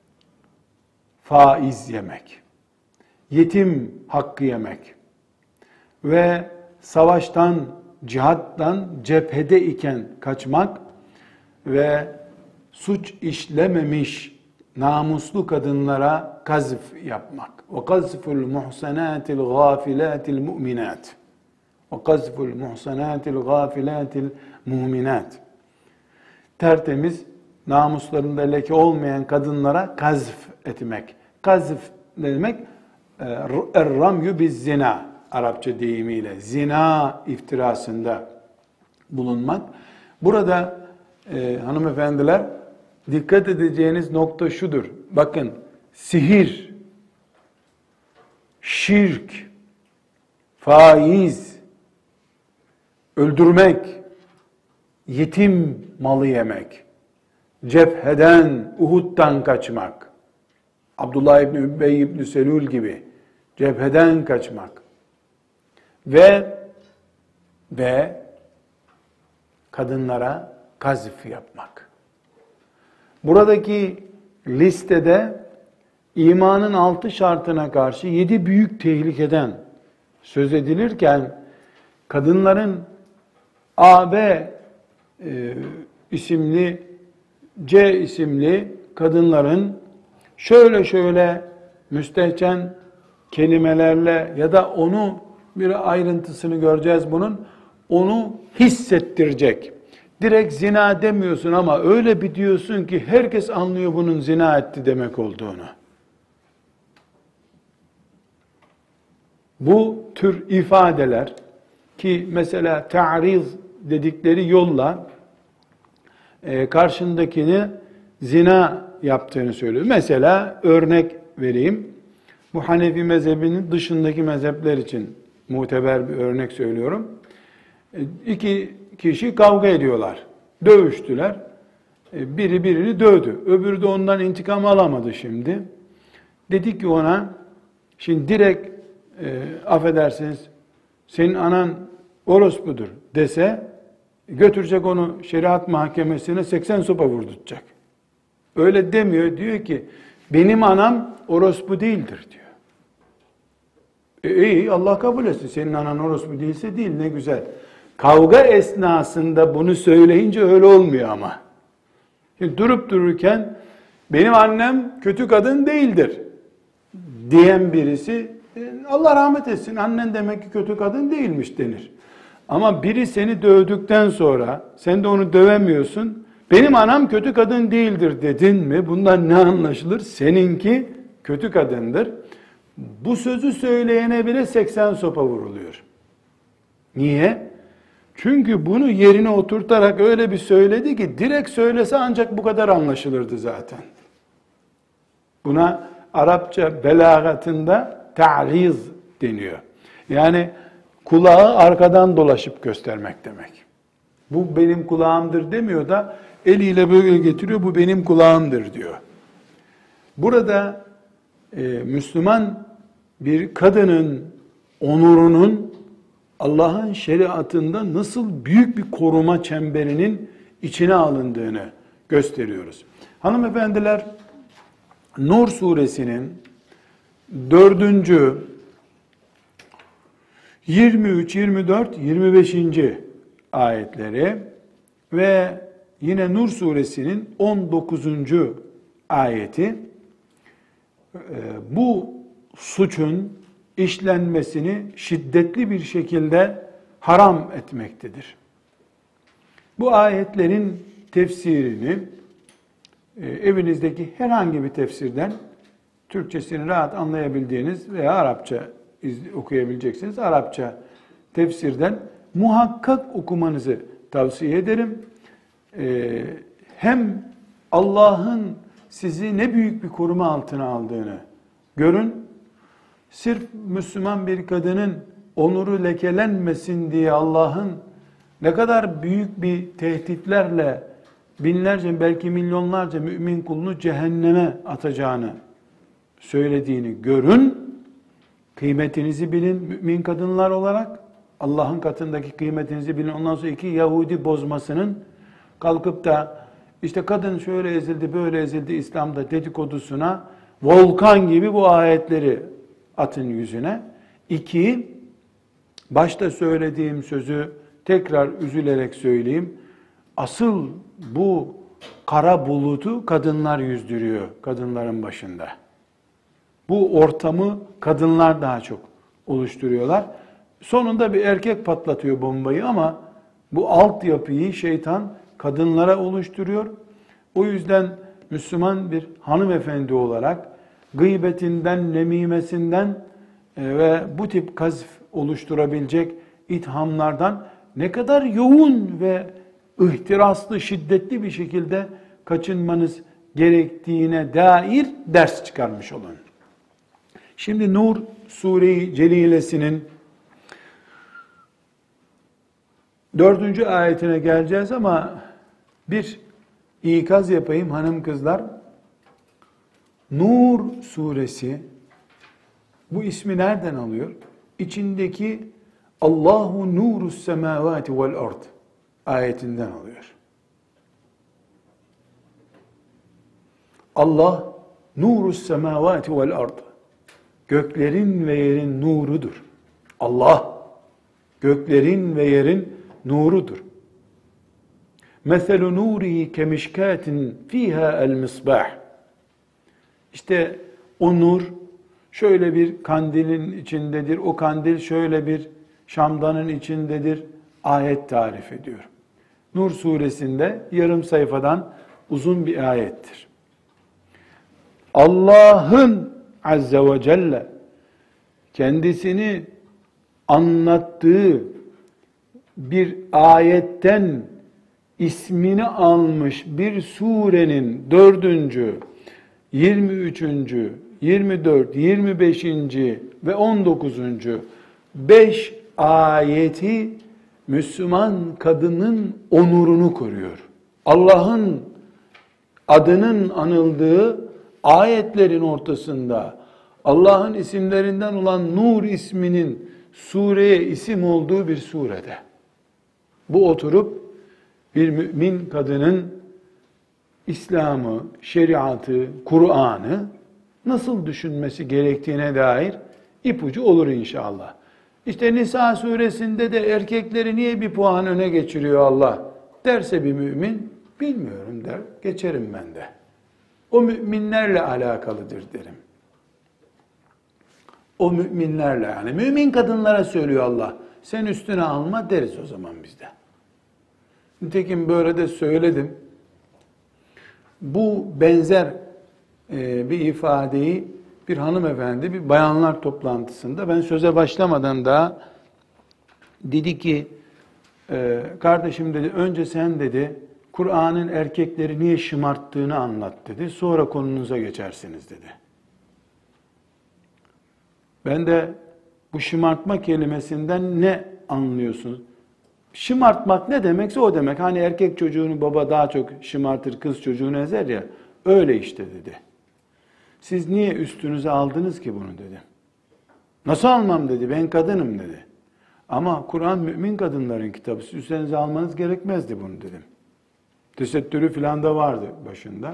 faiz yemek. Yetim hakkı yemek ve savaştan, cihattan cephede iken kaçmak ve suç işlememiş namuslu kadınlara kazf yapmak. Ve kazful muhsanatil gafilatil mu'minat. Ve kazful muhsanatil gafilatil mu'minat. Tertemiz, namuslarında leke olmayan kadınlara kazf etmek. Kazf ne demek? Er-ramyu biz zina, Arapça deyimiyle zina iftirasında bulunmak. Burada e, hanımefendiler, dikkat edeceğiniz nokta şudur. Bakın, sihir, şirk, faiz, öldürmek, yetim malı yemek, cepheden, Uhud'dan kaçmak, Abdullah İbni Übey İbni Selul gibi cepheden kaçmak ve ve kadınlara kazf yapmak. Buradaki listede imanın altı şartına karşı yedi büyük tehlikeden söz edilirken kadınların A, B e, isimli, C isimli kadınların şöyle şöyle müstehcen kelimelerle ya da onu bir ayrıntısını göreceğiz bunun, onu hissettirecek. Direkt zina demiyorsun ama öyle bir diyorsun ki herkes anlıyor bunun zina etti demek olduğunu. Bu tür ifadeler ki mesela ta'riz dedikleri yolla e, karşındakini zina yaptığını söylüyor. Mesela örnek vereyim. Bu Hanefi mezhebinin dışındaki mezhepler için muteber bir örnek söylüyorum. E, iki kişi kavga ediyorlar. Dövüştüler. E, biri birini dövdü. Öbürü de ondan intikam alamadı şimdi. Dedi ki ona, şimdi direkt e, affedersiniz senin anan orospudur dese götürecek onu şeriat mahkemesine seksen sopa vurduracak. Öyle demiyor. Diyor ki benim anam orospu değildir diyor. E iyi, Allah kabul etsin. Senin anan orospu değilse değil, ne güzel. Kavga esnasında bunu söyleyince öyle olmuyor ama. Şimdi durup dururken benim annem kötü kadın değildir diyen birisi Allah rahmet etsin, annen demek ki kötü kadın değilmiş denir. Ama biri seni dövdükten sonra sen de onu dövemiyorsun. Benim anam kötü kadın değildir dedin mi? Bundan ne anlaşılır? Seninki kötü kadındır. Bu sözü söyleyene bile seksen sopa vuruluyor. Niye? Çünkü bunu yerine oturtarak öyle bir söyledi ki direkt söylese ancak bu kadar anlaşılırdı zaten. Buna Arapça belagatında ta'riz deniyor. Yani kulağı arkadan dolaşıp göstermek demek. Bu benim kulağımdır demiyor da eliyle böyle getiriyor, bu benim kulağımdır diyor. Burada e, Müslüman bir kadının onurunun Allah'ın şeriatında nasıl büyük bir koruma çemberinin içine alındığını gösteriyoruz. Hanımefendiler, Nur suresinin dördüncü, yirmi üç, yirmi dört, yirmi beşinci ayetleri ve yine Nur suresinin on dokuzuncu ayeti bu suçun işlenmesini şiddetli bir şekilde haram etmektedir. Bu ayetlerin tefsirini evinizdeki herhangi bir tefsirden Türkçesini rahat anlayabildiğiniz veya Arapça okuyabileceksiniz. Arapça tefsirden muhakkak okumanızı tavsiye ederim. Ee, hem Allah'ın sizi ne büyük bir koruma altına aldığını görün. Sırf Müslüman bir kadının onuru lekelenmesin diye Allah'ın ne kadar büyük bir tehditlerle binlerce belki milyonlarca mümin kulunu cehenneme atacağını söylediğini görün. Kıymetinizi bilin mümin kadınlar olarak. Allah'ın katındaki kıymetinizi bilin. Ondan sonra iki Yahudi bozmasının kalkıp da işte kadın şöyle ezildi, böyle ezildi İslam'da dedikodusuna volkan gibi bu ayetleri atın yüzüne. İki, başta söylediğim sözü tekrar üzülerek söyleyeyim. Asıl bu kara bulutu kadınlar yüzdürüyor, kadınların başında. Bu ortamı kadınlar daha çok oluşturuyorlar. Sonunda bir erkek patlatıyor bombayı ama bu altyapıyı şeytan kadınlara oluşturuyor. O yüzden Müslüman bir hanımefendi olarak gıybetinden, nemimesinden ve bu tip kazf oluşturabilecek ithamlardan ne kadar yoğun ve ihtiraslı, şiddetli bir şekilde kaçınmanız gerektiğine dair ders çıkarmış olun. Şimdi Nur Sure-i Celilesi'nin Dördüncü ayetine geleceğiz ama bir ikaz yapayım hanım kızlar. Nur suresi bu ismi nereden alıyor? İçindeki Allahu nurus semavati vel ard ayetinden alıyor. Allah nurus semavati vel ard. Göklerin ve yerin nurudur. Allah göklerin ve yerin nurudur. Meselu nurihi kemişkatin fiha el misbah. İşte o nur şöyle bir kandilin içindedir. O kandil şöyle bir şamdanın içindedir. Ayet tarif ediyor. Nur suresinde yarım sayfadan uzun bir ayettir. Allah'ın azze ve celle kendisini anlattığı bir ayetten ismini almış bir surenin dördüncü, yirmi üçüncü, yirmi dört, yirmi beşinci ve on dokuzuncu beş ayeti Müslüman kadının onurunu koruyor. Allah'ın adının anıldığı ayetlerin ortasında Allah'ın isimlerinden olan Nur isminin sureye isim olduğu bir surede. Bu oturup bir mümin kadının İslam'ı, şeriatı, Kur'an'ı nasıl düşünmesi gerektiğine dair ipucu olur inşallah. İşte Nisa suresinde de erkekleri niye bir puan öne geçiriyor Allah derse bir mümin, bilmiyorum der, geçerim ben de. O müminlerle alakalıdır derim. O müminlerle, yani mümin kadınlara söylüyor Allah. Sen üstüne alma deriz o zaman biz de. Nitekim böyle de söyledim. Bu benzer e, bir ifadeyi bir hanımefendi bir bayanlar toplantısında, ben söze başlamadan daha dedi ki e, kardeşim dedi, önce sen dedi Kur'an'ın erkekleri niye şımarttığını anlat dedi. Sonra konunuza geçersiniz dedi. Ben de bu şımartma kelimesinden ne anlıyorsunuz? Şımartmak ne demekse o demek. Hani erkek çocuğunu baba daha çok şımartır, kız çocuğunu ezer ya. Öyle işte dedi. Siz niye üstünüze aldınız ki bunu dedi. Nasıl almam dedi, ben kadınım dedi. Ama Kur'an mümin kadınların kitabı, siz üstünüze almanız gerekmezdi bunu dedim. Tesettürü filan da vardı başında.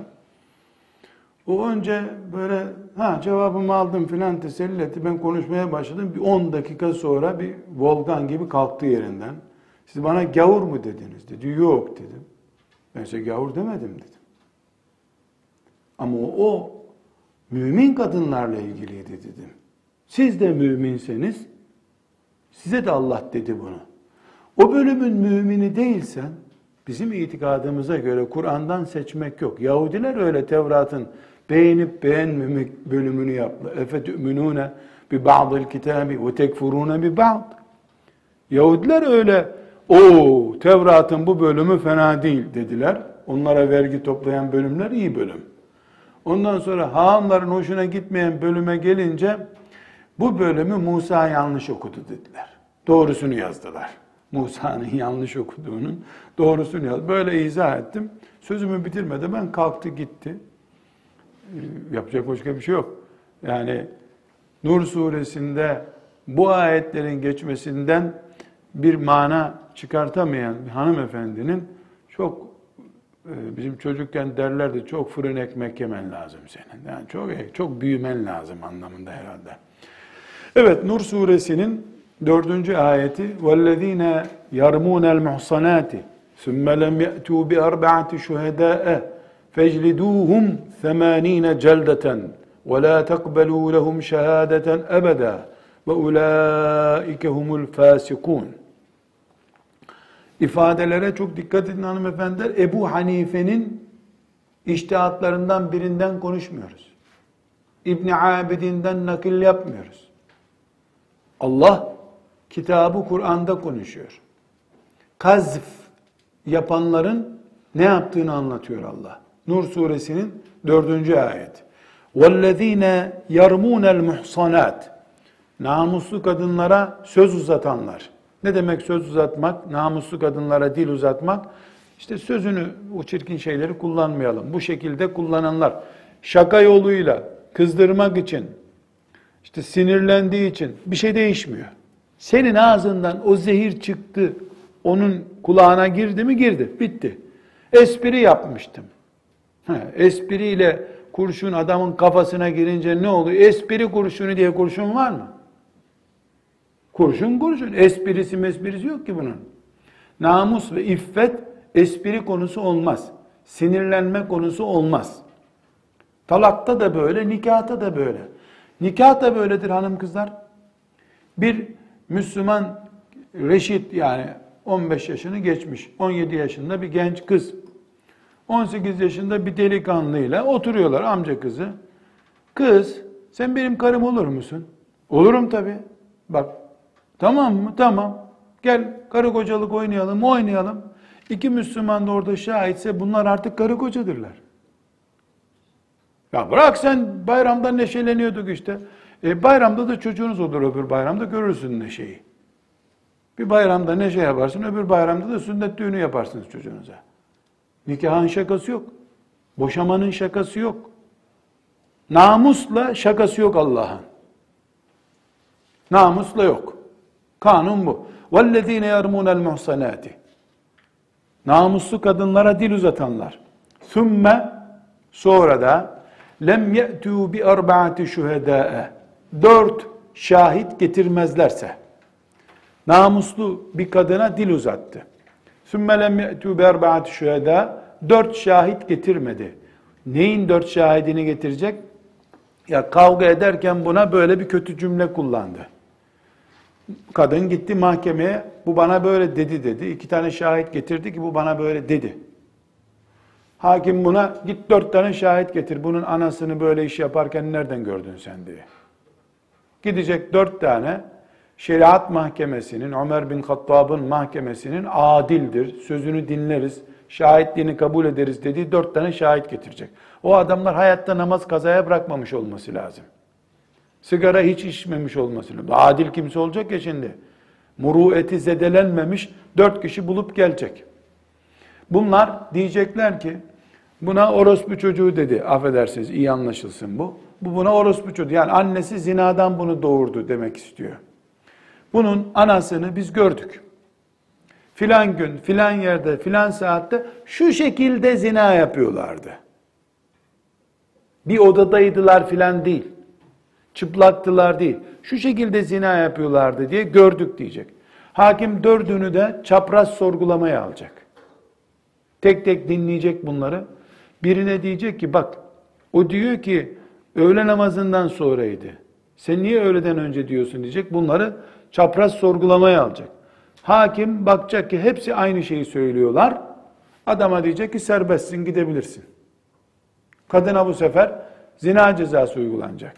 O önce böyle ha cevabımı aldım filan teselli etti. Ben konuşmaya başladım. Bir on dakika sonra bir volkan gibi kalktı yerinden. Siz bana gavur mu dediniz dedi. Yok dedim. Ben size gavur demedim dedim. Ama o, o mümin kadınlarla ilgiliydi dedim. Siz de müminseniz size de Allah dedi bunu. O bölümün mümini değilsen bizim itikadımıza göre Kur'an'dan seçmek yok. Yahudiler öyle Tevrat'ın beğenip beğenmemek bölümünü yaptı. اَفَتُؤْمِنُونَ بِبَعْضِ الْكِتَابِ وَتَكْفُرُونَ بِبَعْضِ. Yahudiler öyle, o Tevrat'ın bu bölümü fena değil dediler. Onlara vergi toplayan bölümler iyi bölüm. Ondan sonra hahamların hoşuna gitmeyen bölüme gelince bu bölümü Musa yanlış okudu dediler. Doğrusunu yazdılar. Musa'nın yanlış okuduğunun doğrusunu yazdı. Böyle izah ettim. Sözümü bitirmeden ben kalktı gitti. Yapacak başka bir şey yok. Yani Nur suresinde bu ayetlerin geçmesinden bir mana çıkartamayan bir hanımefendinin çok bizim çocukken derlerdi, çok fırın ekmek yemen lazım senin. Yani çok çok büyümen lazım anlamında herhalde. Evet, Nur suresinin dördüncü ayeti وَالَّذ۪ينَ يَرْمُونَ الْمُحْصَنَاتِ ثُمَّ لَمْ يَأْتُوا بِأَرْبَعَةِ شُهَدَاءَ فَاجْلِدُوهُمْ ثَمَانِينَ جَلْدَةً وَلَا تَقْبَلُوا لَهُمْ شَهَادَةً أَبَدًا وَاُولَٰئِكَ هُمُ الْفَاسِقُونَ. İfadelere çok dikkat edin hanımefendiler. Ebu Hanife'nin içtihatlarından birinden konuşmuyoruz. İbn Abidin'den nakil yapmıyoruz. Allah kitabı Kur'an'da konuşuyor. Kazf yapanların ne yaptığını anlatıyor Allah. Nur suresinin dördüncü ayet. وَالَّذ۪ينَ يَرْمُونَ الْمُحْصَنَاتِ. Namuslu kadınlara söz uzatanlar. Ne demek söz uzatmak? Namuslu kadınlara dil uzatmak. İşte sözünü, o çirkin şeyleri kullanmayalım. Bu şekilde kullananlar şaka yoluyla kızdırmak için, işte sinirlendiği için bir şey değişmiyor. Senin ağzından o zehir çıktı, onun kulağına girdi mi girdi, bitti. Espri yapmıştım. Ha, espriyle kurşun adamın kafasına girince ne oluyor? Espri kurşunu diye kurşun var mı? Kurşun kurşun. Esprisi mesprisi yok ki bunun. Namus ve iffet espri konusu olmaz. Sinirlenme konusu olmaz. Talakta da böyle, nikahta da böyle. Nikah da böyledir hanım kızlar. Bir Müslüman reşit, yani on beş yaşını geçmiş, on yedi yaşında bir genç kız, on sekiz yaşında bir delikanlıyla oturuyorlar, amca kızı. Kız, sen benim karım olur musun? Olurum tabii. Bak, tamam mı? Tamam. Gel karı kocalık oynayalım, oynayalım. İki Müslüman da orada şahitse bunlar artık karı kocadırlar. Ya bırak, sen bayramda neşeleniyorduk işte. E bayramda da çocuğunuz olur, öbür bayramda görürsün neşeyi. Bir bayramda neşe yaparsın, öbür bayramda da sünnet düğünü yaparsınız çocuğunuza. Nikahın şakası yok. Boşamanın şakası yok. Namusla şakası yok Allah'ın. Namusla yok. Kanun bu. وَالَّذ۪ينَ يَرْمُونَ الْمُحْسَنَاتِ Namuslu kadınlara dil uzatanlar. ثُمَّ Sonra da lem ye'tû bi arba'ati şuhedâe dört şahit getirmezlerse, namuslu bir kadına dil uzattı. Sümme lem ye'tû bi arba'ati şuhedâ dört şahit getirmedi. Neyin dört şahidini getirecek? Ya kavga ederken buna böyle bir kötü cümle kullandı. Kadın gitti mahkemeye, bu bana böyle dedi dedi. İki tane şahit getirdi ki bu bana böyle dedi. Hakim buna git dört tane şahit getir. Bunun anasını böyle iş yaparken nereden gördün sen diye. Gidecek dört tane şeriat mahkemesinin, Ömer bin Hattab'ın mahkemesinin adildir, sözünü dinleriz, şahitliğini kabul ederiz dediği dört tane şahit getirecek. O adamlar hayatta namaz kazaya bırakmamış olması lazım. Sigara hiç içmemiş olması lazım. Adil kimse olacak ya şimdi. Murueti zedelenmemiş dört kişi bulup gelecek. Bunlar diyecekler ki, buna orospu çocuğu dedi, affedersiniz, iyi anlaşılsın bu. Bu buna orospu çocuğu, yani annesi zinadan bunu doğurdu demek istiyor. Bunun anasını biz gördük. Filan gün, filan yerde, filan saatte şu şekilde zina yapıyorlardı. Bir odadaydılar filan değil. Çıplaktılar değil. Şu şekilde zina yapıyorlardı diye gördük diyecek. Hakim dördünü de çapraz sorgulamaya alacak. Tek tek dinleyecek bunları. Birine diyecek ki bak, o diyor ki öğle namazından sonraydı. Sen niye öğleden önce diyorsun diyecek. Bunları çapraz sorgulamaya alacak. Hakim bakacak ki hepsi aynı şeyi söylüyorlar. Adama diyecek ki serbestsin, gidebilirsin. Kadına bu sefer zina cezası uygulanacak.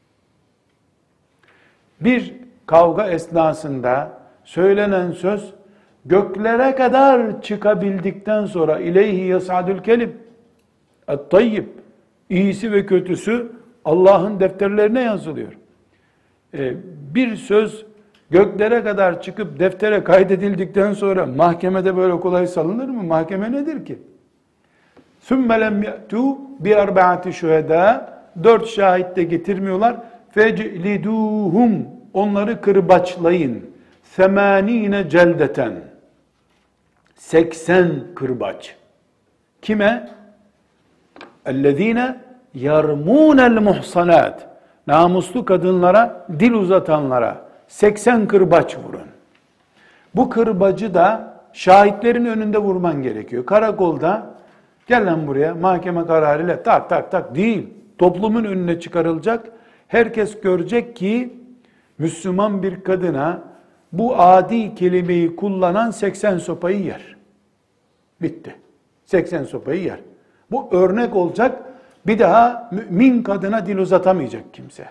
Bir kavga esnasında söylenen söz göklere kadar çıkabildikten sonra ileyhi yasadül kelim et-tayyib, iyisi ve kötüsü Allah'ın defterlerine yazılıyor. Ee, bir söz göklere kadar çıkıp deftere kaydedildikten sonra mahkemede böyle kolay salınır mı? Mahkeme nedir ki? ثُمَّ لَمْ يَأْتُوا بِأَرْبَعَةِ شُهَدَى Dört şahit de getirmiyorlar. فَجْلِدُوهُمْ Onları kırbaçlayın. ثَمَانِينَ celdeten seksen kırbaç. Kime? اَلَّذ۪ينَ يَرْمُونَ الْمُحْصَنَاتِ Namuslu kadınlara, dil uzatanlara seksen kırbaç vurun. Bu kırbacı da şahitlerin önünde vurman gerekiyor. Karakolda gel lan buraya, mahkeme kararıyla tak tak tak değil. Toplumun önüne çıkarılacak. Herkes görecek ki Müslüman bir kadına bu adi kelimeyi kullanan seksen sopayı yer. Bitti. seksen sopayı yer. Bu örnek olacak. Bir daha mümin kadına dil uzatamayacak kimse.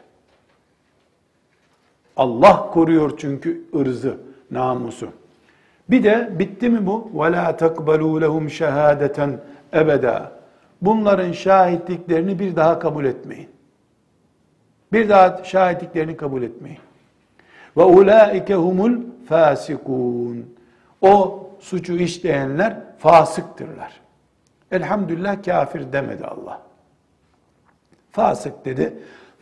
Allah koruyor çünkü ırzı, namusu. Bir de bitti mi bu? وَلَا تَقْبَلُوا لَهُمْ شَهَادَةً اَبَدًا Bunların şahitliklerini bir daha kabul etmeyin. Bir daha şahitliklerini kabul etmeyin. وَاُولَٰئِكَ هُمُ fasikun. O suçu işleyenler fasıktırlar. Elhamdülillah kafir demedi Allah. Fasık dedi.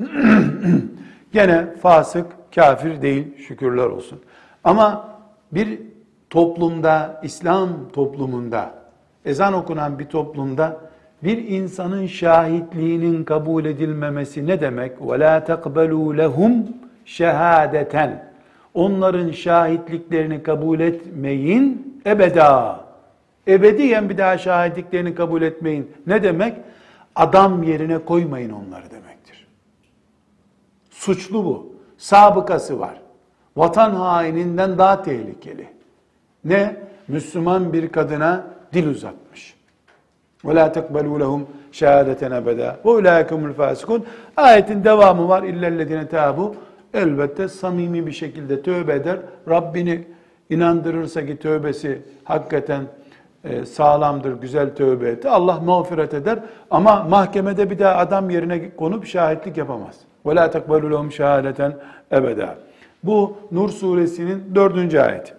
Gene fasık kafir değil, şükürler olsun. Ama bir toplumda, İslam toplumunda, ezan okunan bir toplumda bir insanın şahitliğinin kabul edilmemesi ne demek? وَلَا تَقْبَلُوا لَهُمْ شَهَادَةً. Onların şahitliklerini kabul etmeyin ebeda. Ebediyen bir daha şahitliklerini kabul etmeyin. Ne demek? Adam yerine koymayın onları demektir. Suçlu bu. Sabıkası var. Vatan haininden daha tehlikeli. Ne? Müslüman bir kadına dil uzatmış. وَلَا تَقْبَلُوا لَهُمْ شَهَادَةً أَبَدًا وَاُولَٰئِكَ هُمُ الْفَاسِقُونَ. Ayetin devamı var. اِلَّا الَّذِينَ تَابُوا. Elbette samimi bir şekilde tövbe eder. Rabbini inandırırsa ki tövbesi hakikaten e, sağlamdır, güzel tövbe etti. Allah mağfiret eder. Ama mahkemede bir daha adam yerine konup şahitlik yapamaz. وَلَا تَقْبَلُوا لَهُمْ شَهَادَةً أَبَدًا. Bu Nur suresinin dördüncü ayeti.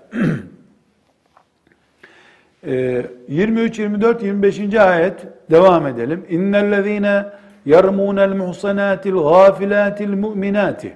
yirmi üç, yirmi dört, yirmi beşinci ayet devam edelim. İnnellezîne yermûnel muhsanâtil gâfilâtil mu'minâti.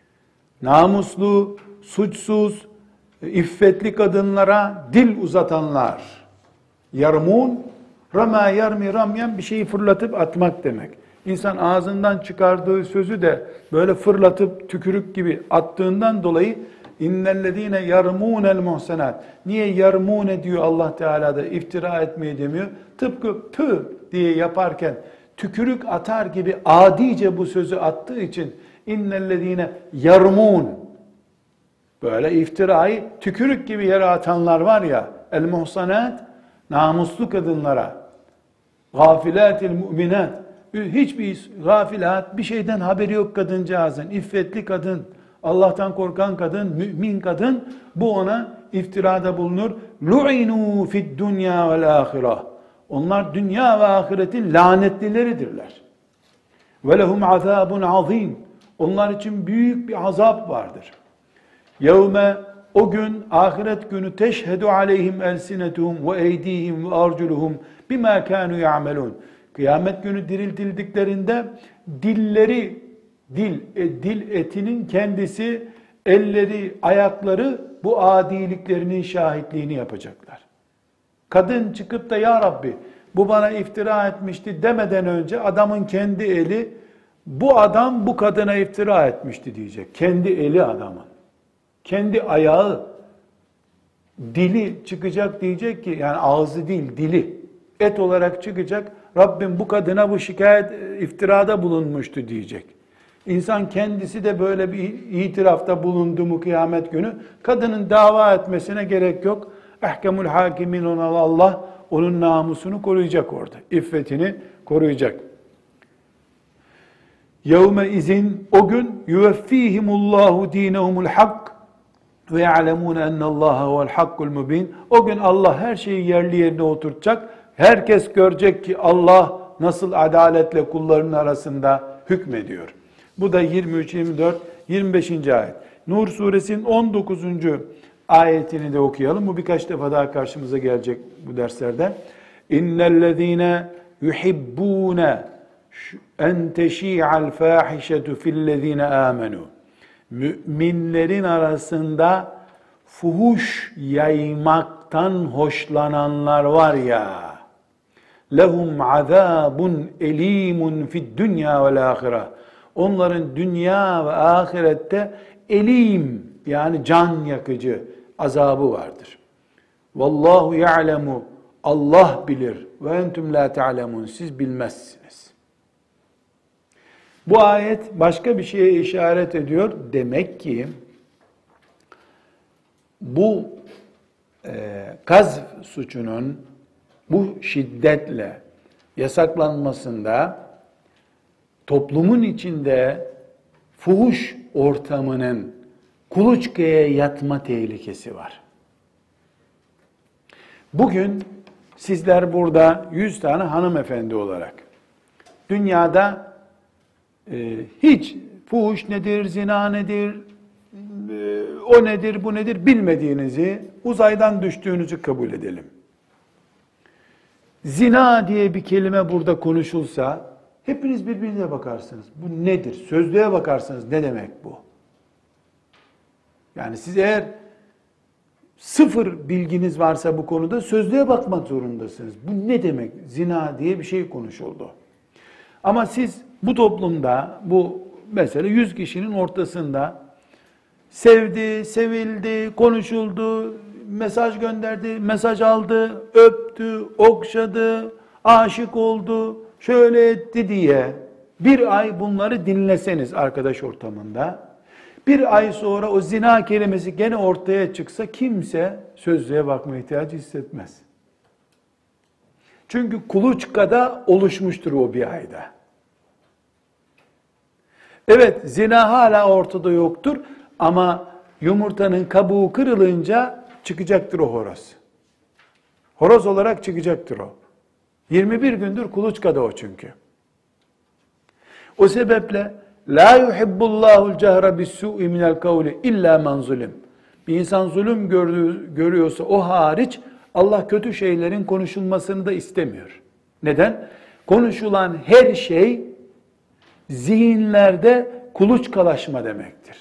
Namuslu, suçsuz, iffetli kadınlara dil uzatanlar. Yermûn, ramâ yermi ramyen, bir şeyi fırlatıp atmak demek. İnsan ağzından çıkardığı sözü de böyle fırlatıp tükürük gibi attığından dolayı İnnellezîne yermûnel muhsenat. Niye yermûne diyor Allah Teala da iftira etmeyi demiyor? Tıpkı pü diye yaparken tükürük atar gibi adice bu sözü attığı için innellezîne yermûn. Böyle iftirayı tükürük gibi yere atanlar var ya, el muhsenat, namuslu kadınlara, gâfilâtil mu'minat, hiçbir gafilat, bir şeyden haberi yok kadıncağızın, iffetli kadın, Allah'tan korkan kadın, mümin kadın, bu ona iftirada bulunur. Lu'inu fid dunya vel ahireh. Onlar dünya ve ahiretin lanetlileridirler. Ve lehum azabun azim. Onlar için büyük bir azap vardır. Yevme, o gün, ahiret günü, teşhedü aleyhim elsinetuhum ve eydihim ve arculuhum bima kanu ya'melun. Kıyamet günü diriltildiklerinde dilleri, dil, e, dil etinin kendisi, elleri, ayakları bu adiliklerinin şahitliğini yapacaklar. Kadın çıkıp da ya Rabbi bu bana iftira etmişti demeden önce adamın kendi eli, bu adam bu kadına iftira etmişti diyecek. Kendi eli adamın. Kendi ayağı, dili çıkacak diyecek ki, yani ağzı değil dili, et olarak çıkacak. Rabbim bu kadına bu şikayet, iftirada bulunmuştu diyecek. İnsan kendisi de böyle bir itirafta bulundu mu kıyamet günü, kadının dava etmesine gerek yok. Ahkemul hakimin olan Allah onun namusunu koruyacak orada. İffetini koruyacak. Yevme izin, o gün yuveffihimullahu dinehumul hak ve ya'lemûne ennallâhe huvel hakkul mubin. O gün Allah her şeyi yerli yerine oturtacak. Herkes görecek ki Allah nasıl adaletle kullarının arasında hükmediyor. Bu da yirmi üç, yirmi dört, yirmi beşinci ayet. Nur suresinin on dokuzuncu ayetini de okuyalım. Bu birkaç defa daha karşımıza gelecek bu derslerde. İnnellezîne yuhibbûne en teşî'al fâhişetu fillezîne âmenû. Müminlerin arasında fuhuş yaymaktan hoşlananlar var ya, lehum azabun elimun fid dunya vel ahire. Onların dünya ve ahirette elim, yani can yakıcı azabı vardır. Vallahu ya'lemu, Allah bilir ve entüm la ta'lemun, siz bilmezsiniz. Bu ayet başka bir şeye işaret ediyor. Demek ki bu e, gazf suçunun bu şiddetle yasaklanmasında toplumun içinde fuhuş ortamının kuluçkaya yatma tehlikesi var. Bugün sizler burada yüz tane hanımefendi olarak dünyada e, hiç fuhuş nedir, zina nedir, e, o nedir, bu nedir bilmediğinizi, uzaydan düştüğünüzü kabul edelim. Zina diye bir kelime burada konuşulsa, hepiniz birbirinize bakarsınız. Bu nedir? Sözlüğe bakarsınız, ne demek bu? Yani siz eğer sıfır bilginiz varsa bu konuda sözlüğe bakmak zorundasınız. Bu ne demek? Zina diye bir şey konuşuldu. Ama siz bu toplumda, bu mesela yüz kişinin ortasında sevdi, sevildi, konuşuldu, mesaj gönderdi, mesaj aldı, öptü, okşadı, aşık oldu, şöyle etti diye bir ay bunları dinleseniz arkadaş ortamında, bir ay sonra o zina kelimesi gene ortaya çıksa kimse sözlüğe bakma ihtiyacı hissetmez. Çünkü kuluçkada oluşmuştur o bir ayda. Evet, zina hala ortada yoktur ama yumurtanın kabuğu kırılınca çıkacaktır o horoz. Horoz olarak çıkacaktır o. yirmi bir gündür kuluçkada o çünkü. O sebeple la yuhibbullahul cehre bis-su'i minel kavli illa men zulim. Bir insan zulüm gördüğü, görüyorsa o hariç Allah kötü şeylerin konuşulmasını da istemiyor. Neden? Konuşulan her şey zihinlerde kuluçkalaşma demektir.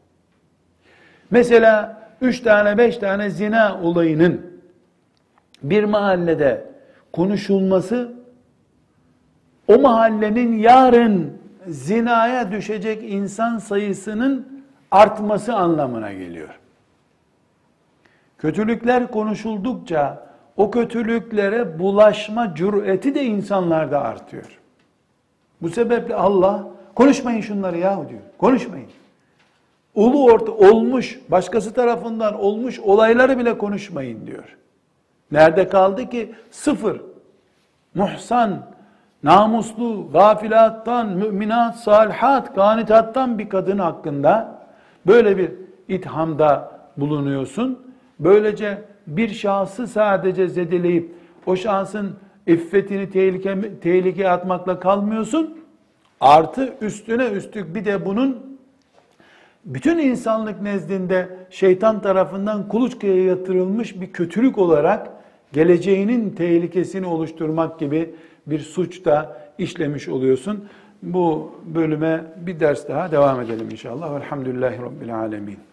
Mesela üç tane beş tane zina olayının bir mahallede konuşulması o mahallenin yarın zinaya düşecek insan sayısının artması anlamına geliyor. Kötülükler konuşuldukça o kötülüklere bulaşma cüreti de insanlarda artıyor. Bu sebeple Allah konuşmayın şunları yahu diyor. Konuşmayın. Ulu orta olmuş, başkası tarafından olmuş olayları bile konuşmayın diyor. Nerede kaldı ki? Sıfır. Muhsan, namuslu, gafilattan, müminat, salihat, kanitattan bir kadın hakkında böyle bir ithamda bulunuyorsun. Böylece bir şahsı sadece zedeleyip o şahsın iffetini tehlike, tehlikeye atmakla kalmıyorsun. Artı üstüne üstlük bir de bunun bütün insanlık nezdinde şeytan tarafından kuluçkaya yatırılmış bir kötülük olarak geleceğinin tehlikesini oluşturmak gibi bir suç da işlemiş oluyorsun. Bu bölüme bir ders daha devam edelim inşallah. Elhamdülillahi Rabbil Alemin.